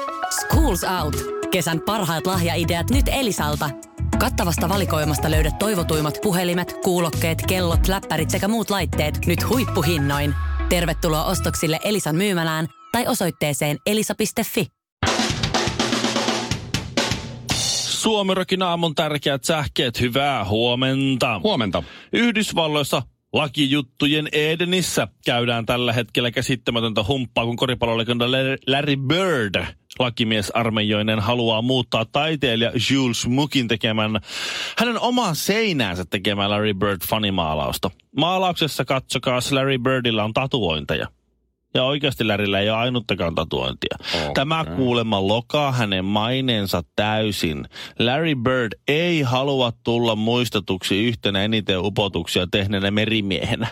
Schools Out. Kesän parhaat lahjaideat nyt Elisalta. Kattavasta valikoimasta löydät toivotuimmat puhelimet, kuulokkeet, kellot, läppärit sekä muut laitteet nyt huippuhinnoin. Tervetuloa ostoksille Elisan myymälään tai osoitteeseen elisa.fi. Suomirokin aamun tärkeät sähkeet, hyvää huomenta. Huomenta. Yhdysvalloissa lakijuttujen Edenissä käydään tällä hetkellä käsittämätöntä humppaa, kun koripallolegenda Larry Bird, lakimiesarmeijoinen, haluaa muuttaa taiteilija Jules Mookin tekemän hänen oman seinäänsä tekemään Larry Bird-fanimaalausta. Maalauksessa, katsokaa, Larry Birdillä on tatuointeja. Ja oikeasti Larryllä ei ole ainuttakaan tatuointia. Okay. Tämä kuulemma lokaa hänen maineensa täysin. Larry Bird ei halua tulla muistetuksi yhtenä eniten upotuksia tehneenä merimiehenä.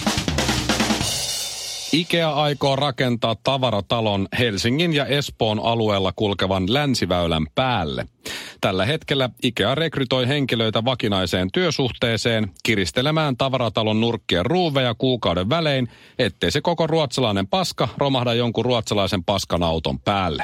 IKEA aikoo rakentaa tavaratalon Helsingin ja Espoon alueella kulkevan länsiväylän päälle. Tällä hetkellä IKEA rekrytoi henkilöitä vakinaiseen työsuhteeseen kiristelemään tavaratalon nurkkien ruuveja kuukauden välein, ettei se koko ruotsalainen paska romahda jonkun ruotsalaisen paskan päälle.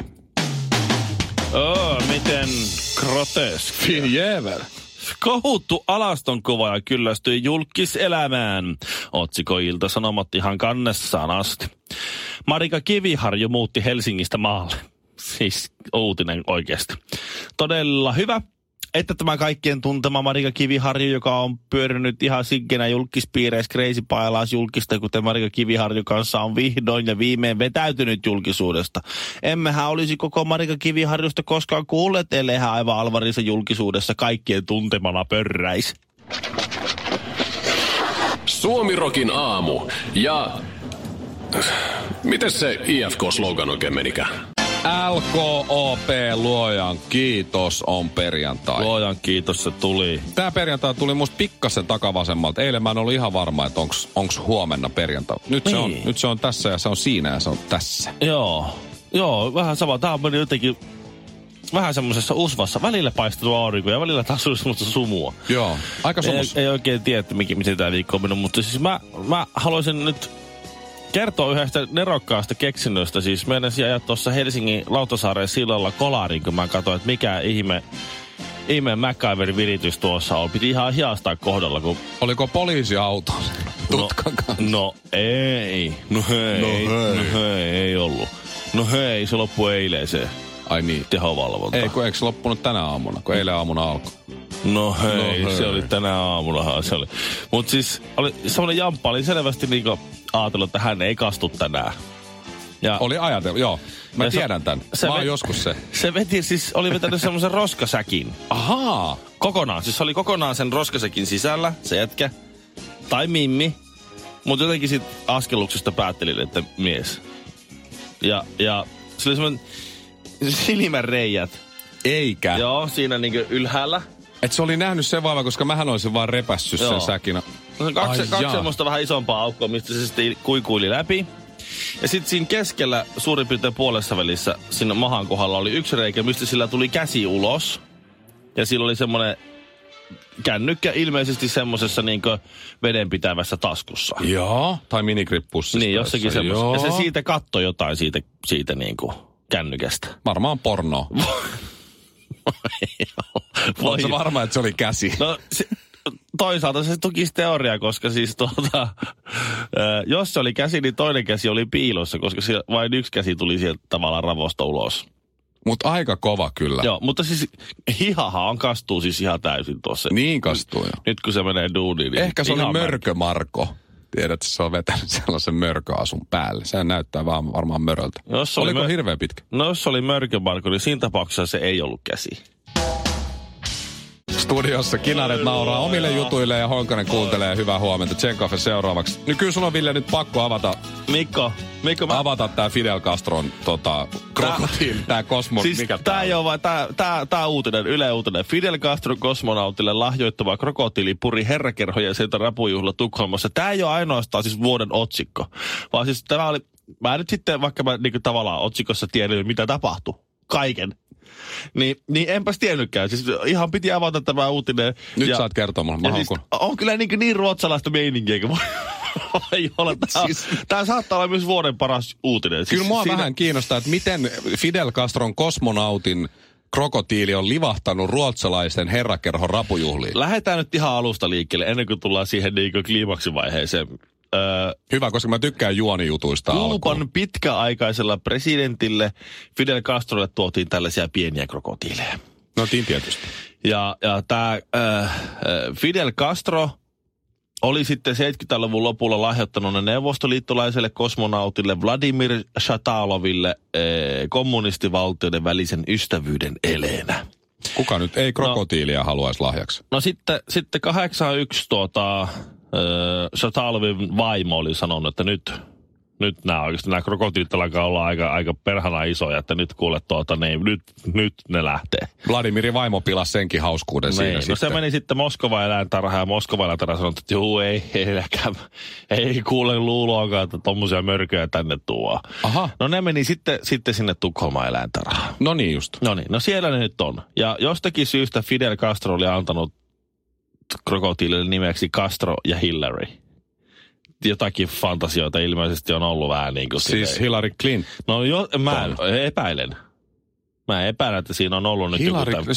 Miten groteski. Jävel. Kohuttu alastonkuvaaja kyllästyi julkiselämään. Otsikoi Ilta-Sanomat ihan kannessaan asti. Marika Kiviharju muutti Helsingistä maalle. Siis uutinen oikeasti. Todella hyvä, että tämä kaikkien tuntema Marika Kiviharju, joka on pyörinyt ihan siggenä julkispiireissä crazy pailaas julkista, kuten Marika Kiviharju kanssa on vihdoin ja viimein vetäytynyt julkisuudesta. Emmehän olisi koko Marika Kiviharjusta koskaan kuulleet, ellei hän aivan alvarissa julkisuudessa kaikkien tuntemana pörräisi. Suomirokin aamu ja... Mites se IFK-slogan oikein menikään? LKOP, luojan kiitos, on perjantai. Luojan kiitos, se tuli. Tää perjantai tuli musta pikkasen takavasemmalta. Eilen mä en ollut ihan varma, että onks huomenna perjantai. Nyt se on tässä ja se on siinä ja se on tässä. Joo, vähän sama. Tää on mennyt jotenkin vähän semmosessa usvassa. Välillä paistunut aurinko ja välillä taas oli semmoista sumua. Joo, aika sumus. Ei oikein tiedä, että miten tää viikko on mennyt, mutta siis mä haluaisin nyt kertoo yhdestä nerokkaasta keksinnöstä. Siis meinasin ajaa tuossa Helsingin Lautasaaren sillalla kolarin, kun mä katsoin, että mikä ihme MacGyverin viritys tuossa on. Piti ihan hiastaa kohdalla, kun... Oliko poliisiauto tutkan kanssa? No ei. No ei ollut. No hei, se loppui eileiseen. Ai niin. Tehovalvonta. Eikö se loppunut tänä aamuna, kun eilen aamuna alkoi? No hei, se oli tänä aamunahan se oli. Mut siis oli semmoinen jamppa, oli selvästi niinku ajatellut, että hän ei kastu tänään. Ja oli ajatellut, joo. Mä tiedän tän. Mä oon joskus se. Se oli vetänyt semmoisen roskasäkin. Ahaa. Kokonaan. Siis oli kokonaan sen roskasäkin sisällä, se jätkä. Tai mimmi. Mut jotenkin sit askelluksesta päättelin, että mies. Ja se oli semmoinen silmänreijät. Eikä. Joo, siinä niinku ylhäällä. Et se oli nähnyt sen vaivan, koska mähän olisin vaan repässyt sen säkin. No, kaksi semmoista vähän isompaa aukkoa, mistä se sitten kuikuili läpi. Ja sitten siinä keskellä suurin piirtein puolessa välissä siinä mahan kohdalla oli yksi reikä, mistä sillä tuli käsi ulos. Ja sillä oli semmoinen kännykkä ilmeisesti semmosessa niinkö vedenpitävässä taskussa. Joo, tai minigrippussissa. Niin, jossakin semmoisessa. Ja se siitä kattoi jotain siitä niinku kännykästä. Varmaan porno. Oletko varma, että se oli käsi? No, toisaalta se tukisi teoriaa, koska siis jos se oli käsi, niin toinen käsi oli piilossa, koska vain yksi käsi tuli sieltä tavallaan ravosta ulos. Mutta aika kova kyllä. Joo, mutta siis hihahan kastuu siis ihan täysin tuossa. Niin kastuu jo. Nyt kun se menee duuniin. Niin ehkä se oli Mörkö-Marko. Tiedät, että se on vetänyt sellaisen mörköasun päälle. Sehän näyttää varmaan möröltä. Oliko hirveän pitkä? No jos se oli Mörkö-Marko, niin siinä tapauksessa se ei ollut käsi. Studiossa Kinaret nauraa omille jutuille ja Honkanen kuuntelee. Hyvää huomenta. Tsenkaffe seuraavaksi. Nyt kyllä sun on, Ville, nyt pakko avata. Mikko avata tää Fidel Castron krokotiili, tää kosmo. Siis mikä tää ei oo vaan, tää uutinen, Yle Uutinen. Fidel Castro kosmonautille lahjoittava krokotiili puri herrakerhojen sieltä rapujuhla Tukholmassa. Tää ei oo ainoastaan siis vuoden otsikko, vaan siis tämä oli, mä nyt sitten, vaikka mä niinku tavallaan otsikossa tiedän, mitä tapahtui. Kaiken. Niin enpäs tiennytkään. Siis ihan piti avata tämä uutinen. Nyt saat kertoa mulle. Siis on kyllä niin ruotsalaista meininkiä, kun Ei ole. Tämä saattaa olla myös vuoden paras uutinen. Kyllä mua vähän kiinnostaa, että miten Fidel Castron kosmonautin krokotiili on livahtanut ruotsalaisen herrakerhon rapujuhliin. Lähdetään nyt ihan alusta liikkeelle, ennen kuin tullaan siihen niin kliimaksivaiheeseen. Hyvä, koska mä tykkään juonijutuista Kuuban pitkäaikaisella presidentille Fidel Castrolle tuotiin tällaisia pieniä krokotiileja. No tietysti. Ja tämä Fidel Castro oli sitten 70-luvun lopulla lahjoittanut ne neuvostoliittolaiselle kosmonautille Vladimir Shataloville kommunistivaltioiden välisen ystävyyden eleenä. Kuka nyt ei krokotiilia haluaisi lahjaksi? No sitten 81 Shatalovin vaimo oli sanonut, että nyt nämä krokotiilit alkaa olla aika perhana isoja, että nyt kuule nyt ne lähtee. Vladimirin vaimo pilasi senkin hauskuuden siinä sitten. No se meni sitten Moskovan eläintarhaan ja Moskovan eläintarha sanoi, että juu ei kuule luuloakaan, että tommosia mörköjä tänne tuo. Aha. No ne meni sitten sinne Tukholman eläintarhaan. No niin just. No siellä ne nyt on. Ja jostakin syystä Fidel Castro oli antanut krokotiilille nimeksi Castro ja Hillary. Jotakin fantasioita ilmeisesti on ollut vähän niin kuin... Siis Hillary Clinton. No mä epäilen. Mä epäilen, että siinä on ollut nyt Hillary joku...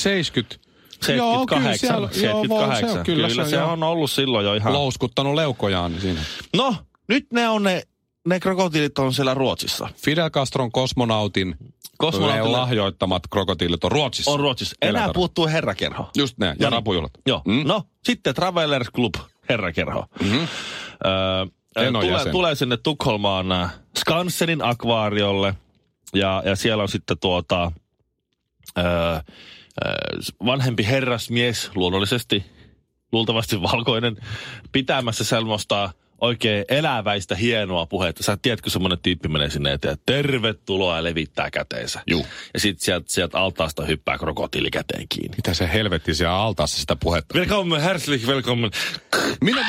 78. 78. Kyllä se on ollut silloin jo ihan... Louskuttanut leukojaan siinä. No, nyt ne krokotiilit on siellä Ruotsissa. Fidel Castron kosmonautin lahjoittamat krokotiilit on Ruotsissa. On Ruotsissa. Enää puuttuu herrakerho. Just ne, ja rapujuhlat. Joo. No, sitten Travelers Club herrakerho. Tulee sinne Tukholmaan Skansenin akvaariolle ja siellä on sitten vanhempi herrasmies luonnollisesti, luultavasti valkoinen, pitämässä semmoista oikein eläväistä hienoa puhetta. Sä tiedätkö, semmoinen tyyppi menee sinne eteen, että tervetuloa ja levittää käteensä. Juu. Ja sitten sieltä altaasta hyppää krokotiili käteen kiinni. Mitä se helvetti siellä altaassa sitä puhetta? Välkommen, herzlich välkommen. Minä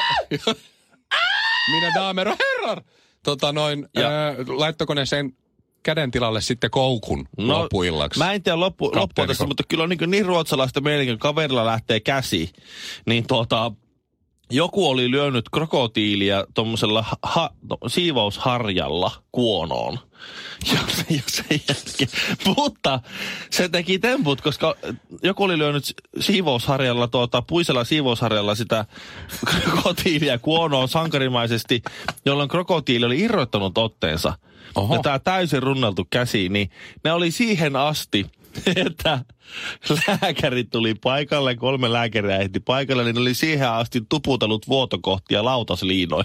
damer och herrar! Laittako ne sen käden tilalle sitten koukun loppuillaksi? Mä en tiedä loppua tässä, mutta kyllä on niin ruotsalaista meidänkin kaverilla lähtee käsi. Niin joku oli lyönyt krokotiilia tommosella siivousharjalla kuonoon. Ja sen jälkeen. Mutta se teki temput, koska joku oli lyönyt siivousharjalla, puisella siivousharjalla sitä krokotiilia kuonoon sankarimaisesti, jolloin krokotiili oli irrottanut otteensa. Oho. Ja tää täysin runneltu käsi, niin ne oli siihen asti, että lääkärit tuli paikalle, 3 lääkäriä ehti paikalle, niin ne oli siihen asti tuputellut vuotokohtia lautasliinoilla.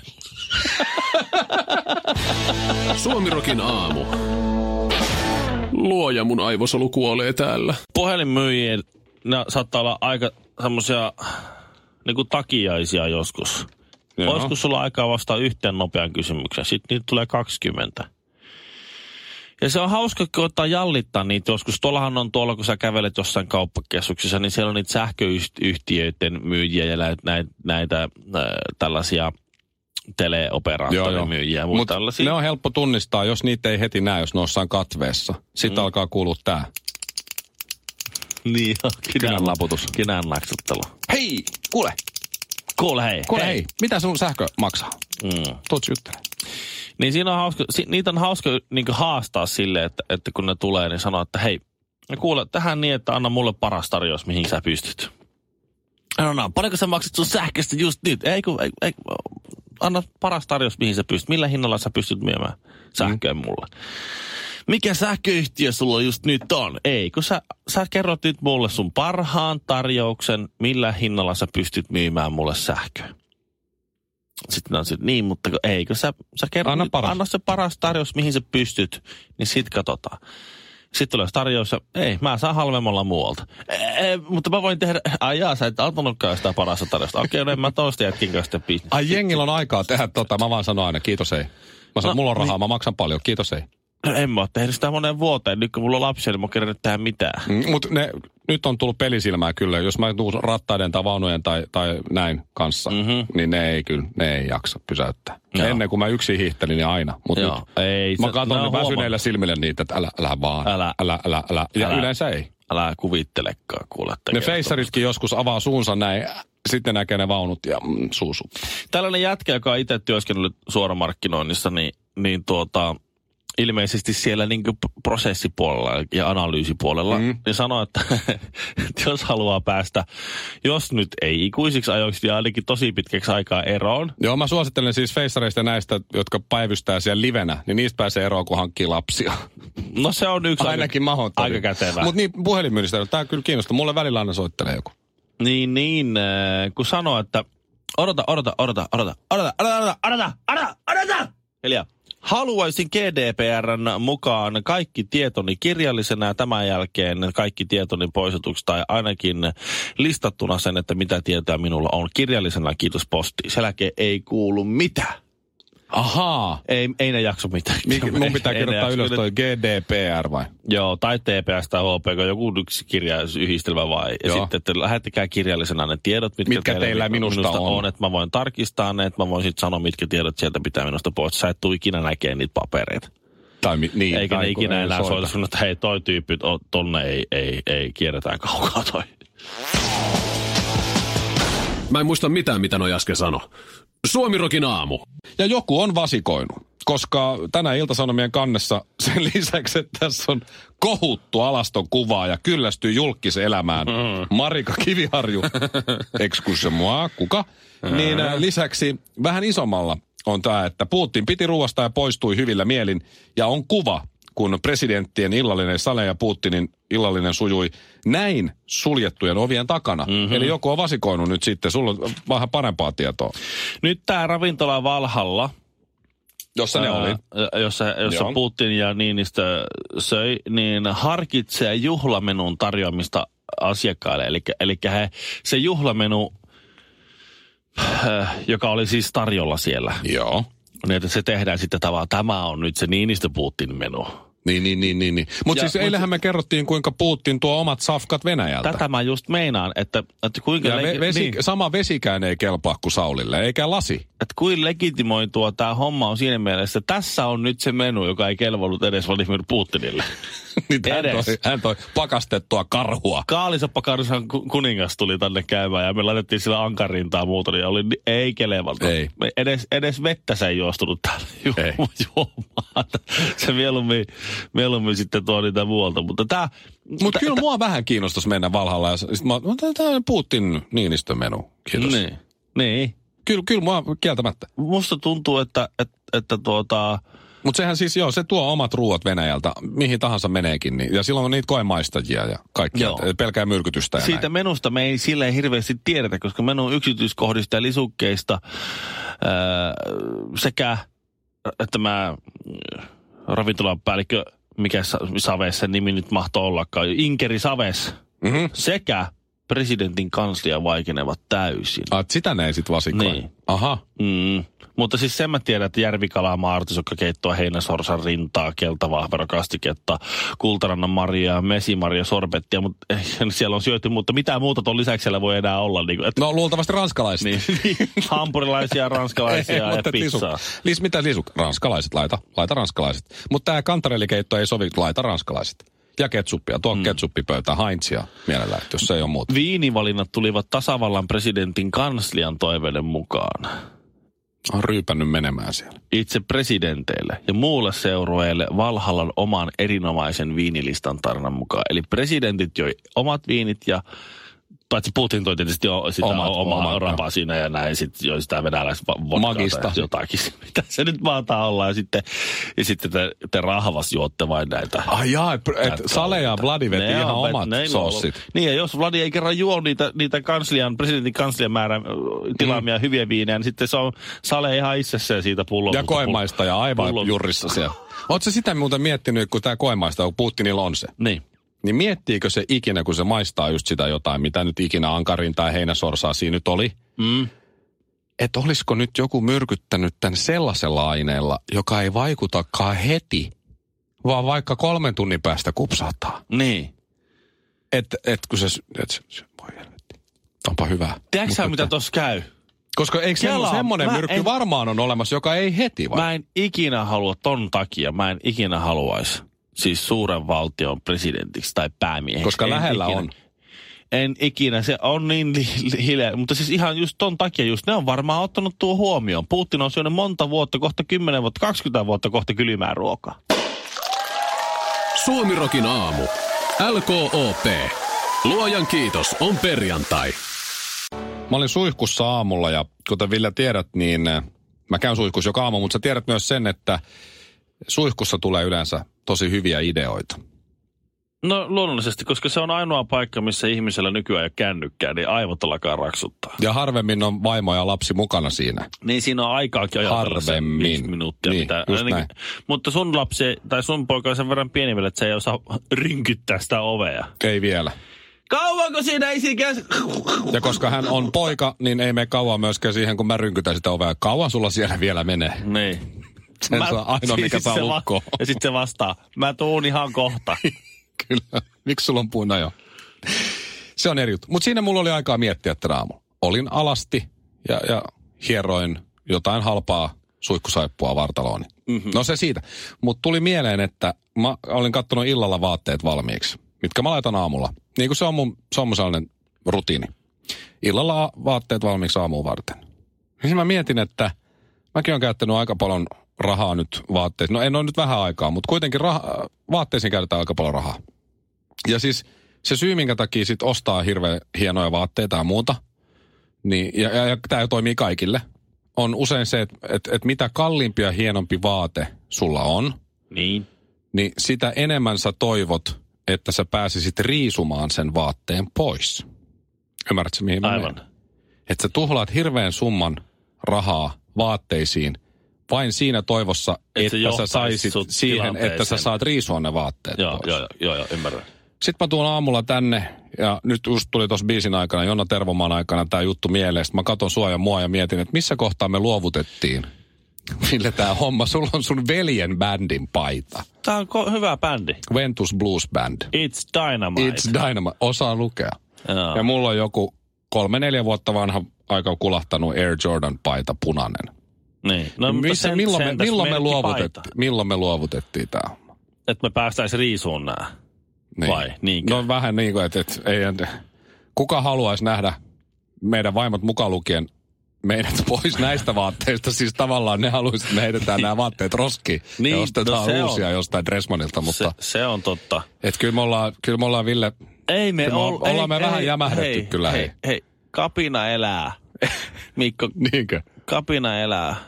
Suomirokin aamu. Luoja, mun aivosolu kuolee täällä. Puhelinmyyjien, ne saattaa olla aika semmosia niinku takiaisia joskus. Joo. Olisiko sulla aikaa vastaa yhteen nopean kysymykseen? Sitten niitä tulee 20. Ja se on hauska, kun ottaa jallittaa niitä joskus. Tuollahan on kun sä kävelet jossain kauppakeskuksessa, niin siellä on niitä sähköyhtiöiden myyjiä ja näitä tällaisia teleoperaattorimyyjiä. Mutta ne on helppo tunnistaa, jos niitä ei heti näe, jos ne jossain katveessa. Sitten alkaa kuulua tää. Niin, kynän laputus. Kynän naksuttelu. Hei, kuule. Hei. Mitä sun sähkö maksaa? Tuut juttele. Niin siinä on hauska, niitä on hauska niin haastaa silleen, että kun ne tulee, niin sanoo, että hei, kuule, tähän niin, että anna mulle paras tarjous, mihin sä pystyt. No, paljonko sä maksat sun sähköstä just nyt? Ei, anna paras tarjous, mihin sä pystyt. Millä hinnalla sä pystyt myymään sähköä mulle? Mikä sähköyhtiö sulla just nyt on? Ei, kun sä kerrot nyt mulle sun parhaan tarjouksen, millä hinnalla sä pystyt myymään mulle sähköä. Sitten on niin, mutta ei, kun sä kerrot, anna se paras tarjous, mihin sä pystyt, niin sit katsotaan. Sitten tulee tarjous ja ei, mä saan halvemmalla muualta. Mutta mä voin tehdä, sä et antanutkaan sitä parasta tarjousta. Okei, no en mä toista jätkin kanssa sitten. Ai jengillä on aikaa tehdä mä vaan sanon aina, kiitos ei. Mä sanon, mulla on rahaa, mä maksan paljon, kiitos ei. No en mä ole tehnyt sitä moneen vuoteen. Nyt kun mulla on lapsia, niin mä kerran tehdä mitään. Mutta nyt on tullut pelisilmää kyllä. Jos mä tuun rattaiden tai vaunujen tai näin kanssa, niin ne ei jaksa pysäyttää. Joo. Ennen kuin mä yksin hiihtelin, niin aina. Mutta nyt mä katson väsyneillä silmillä niitä, että älä vaan. Älä. Ja yleensä ei. Älä kuvittelekaan, kuule. Ne feissaritkin joskus avaa suunsa näin. Sitten näkee ne vaunut ja suusu. Tällainen jätkä, joka on itse työskennellyt suoramarkkinoinnissa, niin ilmeisesti siellä niin kuin prosessipuolella ja analyysipuolella, niin sanoo, että jos haluaa päästä, jos nyt ei ikuisiksi ajoiksi, niin ainakin tosi pitkäksi aikaa eroon. Joo, mä suosittelen siis feissareista näistä, jotka päivystää siellä livenä, niin niistä pääsee eroon, kun hankkii lapsia. No se on yksi ainakin aika kätevä. Mutta niin, puhelinmyynnistä, tämä kyllä kiinnostaa. Mulle välillä aina soittelee joku. Niin, kun sanoo, että odota. Hiljaa. Haluaisin GDPRn mukaan kaikki tietoni kirjallisena ja tämän jälkeen kaikki tietoni poistetuksi tai ainakin listattuna sen, että mitä tietoa minulla on kirjallisena, kiitos postiin. Sen jälkeen ei kuulu mitään. Ahaa. Ei ne jakso mitään. Mun pitää kirjoittaa ylös toi GDPR vai? Joo, tai TPS tai HPK, joku yksi kirjayhdistelmä vai. Ja sitten, että lähettäkää kirjallisena ne tiedot, mitkä teillä minusta on. Että mä voin tarkistaa ne, että mä voin sitten sanoa, mitkä tiedot sieltä pitää minusta pois. Sä et tule ikinä näkemään niitä papereita. Niin, eikä ne ikinä enää soita sun, että hei, toi tyyppi, tonne ei kierretään kaukaa toi. Mä en muista mitään, mitä noi äsken sanoi. Suomirokin aamu. Ja joku on vasikoinut, koska tänään Ilta-Sanomien kannessa sen lisäksi, että tässä on kohuttu alaston kuvaa ja kyllästyy julkiselämään Marika Kiviharju, excuse moi, kuka? Niin lisäksi vähän isommalla on tämä, että Putin piti ruuasta ja poistui hyvillä mielin ja on kuva, kun presidenttien illallinen Sale ja Putinin illallinen sujui näin suljettujen ovien takana. Eli joku on vasikoinut nyt sitten. Sulla on vähän parempaa tietoa. Nyt tämä ravintola Valhalla, jossa ne oli. Jossa Putin ja Niinistö söi, niin harkitsee juhlamenun tarjoamista asiakkaille. Eli se juhlamenu, joka oli siis tarjolla siellä. Joo. Niin, että se tehdään sitten tavallaan, tämä on nyt se Niinistö-Putin-menu. Niin. Mutta siis eilähän me kerrottiin, kuinka Putin tuo omat safkat Venäjältä. Tätä mä just meinaan, että kuinka... Sama vesikään ei kelpaa kuin Saulille, eikä lasi. Että kuin legitimoitua tämä homma on siinä mielessä, että tässä on nyt se menu, joka ei kelvonnut edes Vladimir Putinille. Niin hän toi pakastettua karhua. Kaalisoppakarsan kuningas tuli tänne käymään ja me laitettiin sillä ankarintaa muuta, niin oli ei kelevältä. Ei. Edes vettä se ei juostunut täällä juomaan. Se mieluummin sitten tuo niitä muualta. Mutta kyllä mua vähän kiinnostaisi mennä Valhalla. Ja tämä on Putin Niinistö-menu. Kiitos. Niin. Kyllä mua kieltämättä. Musta tuntuu, että Mutta sehän siis se tuo omat ruuat Venäjältä, mihin tahansa meneekin. Niin. Ja silloin on niitä koemaistajia ja kaikkia, pelkää myrkytystä ja siitä näin. Menusta me ei silleen hirveästi tiedetä, koska menun yksityiskohdista ja lisukkeista sekä, että mä ravintolapäällikkö, mikä Saves sen nimi nyt mahtoi ollakaan, Inkeri Saves, sekä presidentin kanslia vaikenevat täysin. Sitä ne ei sit vasikoi. Niin. Aha. Mutta siis sen mä tiedän, että järvikalaa, artisokkakeittoa, heinäsorsan rintaa, keltavahverokastiketta, kultarannan marjaa, mesimarja, sorbettia, mutta siellä on syöty, mutta mitään muuta tuon lisäksi siellä voi enää olla. Niin kuin, no luultavasti ranskalaiset. Niin, hampurilaisia, ranskalaisia ja pizzaa. Mitä lisuk? Ranskalaiset, laita ranskalaiset. Mutta tämä kantarellikeitto ei sovi, laita ranskalaiset. Ja ketsuppia, tuo ketsuppipöytään, Heinzia mielellään, jos se ei ole muuta. Viinivalinnat tulivat tasavallan presidentin kanslian toiveiden mukaan. On ryypännyt menemään siellä. Itse presidenteille ja muulle seurueille Valhallan oman erinomaisen viinilistan tarinan mukaan. Eli presidentit joi omat viinit ja paitsi Putin toi tietysti sitä omaa rapaa siinä ja näin, sitten joi sitä venäläisvodkaa jotakin, mitä se nyt maataan olla. Ja sitten te rahvas juotte vain näitä. Sale ja Vladi veti ihan omat soossit. Niin, ja jos Vladi ei kerran juo niitä presidentin kanslian määrän tilaamia hyviä viinejä, niin sitten se on Sale ihan itsessään siitä pullosta. Ja koemaista ja aivan jurrissa siellä. Ootko sitä muuten miettinyt, kun tämä koemaista, kun Putinilla on se? Niin miettiikö se ikinä, kun se maistaa just sitä jotain, mitä nyt ikinä ankarin tai heinäsorsaa siinä nyt oli? Että olisiko nyt joku myrkyttänyt tämän sellaisella aineella, joka ei vaikutakaan heti, vaan vaikka 3 tunnin päästä kupsahtaa. Niin. Kun se voi helvetti. Onpa hyvä. Tiedätkö sä, mitä tossa käy? Koska eikö semmoinen myrkky varmaan on olemassa, joka ei heti vai? Mä en ikinä haluaisi siis suuren valtion presidentiksi tai päämieheksi. Koska lähellä on. En ikinä, se on niin hiljaa. Mutta siis ihan just ton takia ne on varmaan ottanut tuo huomioon. Putin on syönyt monta vuotta, kohta 10 vuotta, 20 vuotta kohta kylmää ruokaa. Suomirokin aamu. LKOP. Luojan kiitos, on perjantai. Mä olin suihkussa aamulla ja kuten Ville tiedät, niin mä käyn suihkussa joka aamu, mutta sä tiedät myös sen, että suihkussa tulee yleensä tosi hyviä ideoita. No luonnollisesti, koska se on ainoa paikka, missä ihmisellä nykyään ei ole kännykkää, niin aivot alkaa raksuttaa. Ja harvemmin on vaimo ja lapsi mukana siinä. Niin siinä on aikaakin ajatella se 5 minuuttia. Niin, mitä, mutta sun lapsi tai sun poika on sen verran pieni vielä, että se ei osaa rynkyttää sitä ovea. Ei vielä. Kauanko siinä isikäs? Ja koska hän on poika, niin ei mene kauan myöskään siihen, kun mä rynkytän sitä ovea. Kauan sulla siellä vielä menee. Niin. Sen se on ainoa, mikä saa lukkoon. Ja sitten se vastaa, mä tuun ihan kohta. Kyllä. Miksi sulla on puina jo? Se on eri juttu. Mutta siinä mulla oli aikaa miettiä tänä aamulla. Olin alasti ja hieroin jotain halpaa suihkusaippua vartalooni. Mm-hmm. No se siitä. Mutta tuli mieleen, että mä olin kattonut illalla vaatteet valmiiksi, mitkä mä laitan aamulla. Niin kuin se on mun sellainen rutiini. Illalla vaatteet valmiiksi aamuun varten. Niin mä mietin, että mäkin olen käyttänyt aika paljon rahaa nyt vaatteisiin. No en ole nyt vähän aikaa, mutta kuitenkin vaatteisiin käytetään aika paljon rahaa. Ja siis se syy, minkä takia sit ostaa hirveän hienoja vaatteita ja muuta, niin, ja tämä toimii kaikille, on usein se, että mitä kalliimpi ja hienompi vaate sulla on, niin sitä enemmän sä toivot, että sä pääsisit riisumaan sen vaatteen pois. Ymmärrätkö, mihin mä menen? Että sä tuhlaat hirveän summan rahaa vaatteisiin vain siinä toivossa, että sä saisit siihen, että sä saat riisua ne vaatteet pois. Joo, ymmärrän. Sitten mä tuun aamulla tänne, ja nyt just tuli tuossa biisin aikana, Jonna Tervomaan aikana tämä juttu mieleen. Sitten mä katon sua ja mua ja mietin, että missä kohtaa me luovutettiin. Ville tää homma, sulla on sun veljen bändin paita. Tää on hyvä bändi. Ventus Blues Band. It's Dynamite. It's Dynamite. Osaa lukea. Jaa. Ja mulla on joku 3-4 vuotta aika kulahtanut Air Jordan paita punainen. Niin. No, milloin me luovutettiin tää homma? Että me päästäisiin riisuun nää. Niin. Vai niinkö? No vähän niin kuin, että kuka haluaisi nähdä meidän vaimot mukaan lukien meidät pois näistä vaatteista. Siis tavallaan ne haluaisivat, että me heitetään nämä vaatteet roskiin ja ostetaan uusia jostain Dressmanilta. Mutta se on totta. Että kyllä me ollaan Ville, ollaan me vähän jämähdetty kyllä. Hei, kapina elää. Mikko, niinkö? Kapina elää.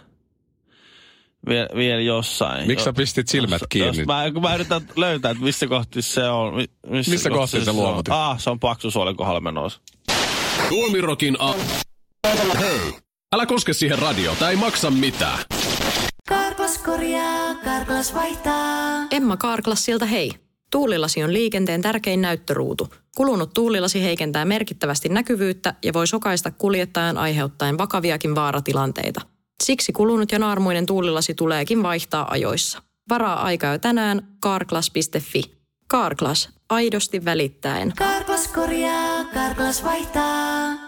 Vielä jossain. Miksi sä pistit silmät kiinni? Kun mä yritän löytää, että missä kohti se on. Missä kohti se luovutit? Se on paksusuolen kohdalla menossa. Suomirokin Hei, älä koske siihen radiota, ei maksa mitään. Karklas korjaa, Karklas vaihtaa. Emma Karklassilta hei. Tuulilasi on liikenteen tärkein näyttöruutu. Kulunut tuulilasi heikentää merkittävästi näkyvyyttä ja voi sokaista kuljettajan aiheuttaen vakaviakin vaaratilanteita. Siksi kulunut ja naarmuinen tuulilasi tuleekin vaihtaa ajoissa. Varaa aikaa jo tänään carglass.fi. Carglass, aidosti välittäen. Karklas korjaa, Karklas vaihtaa.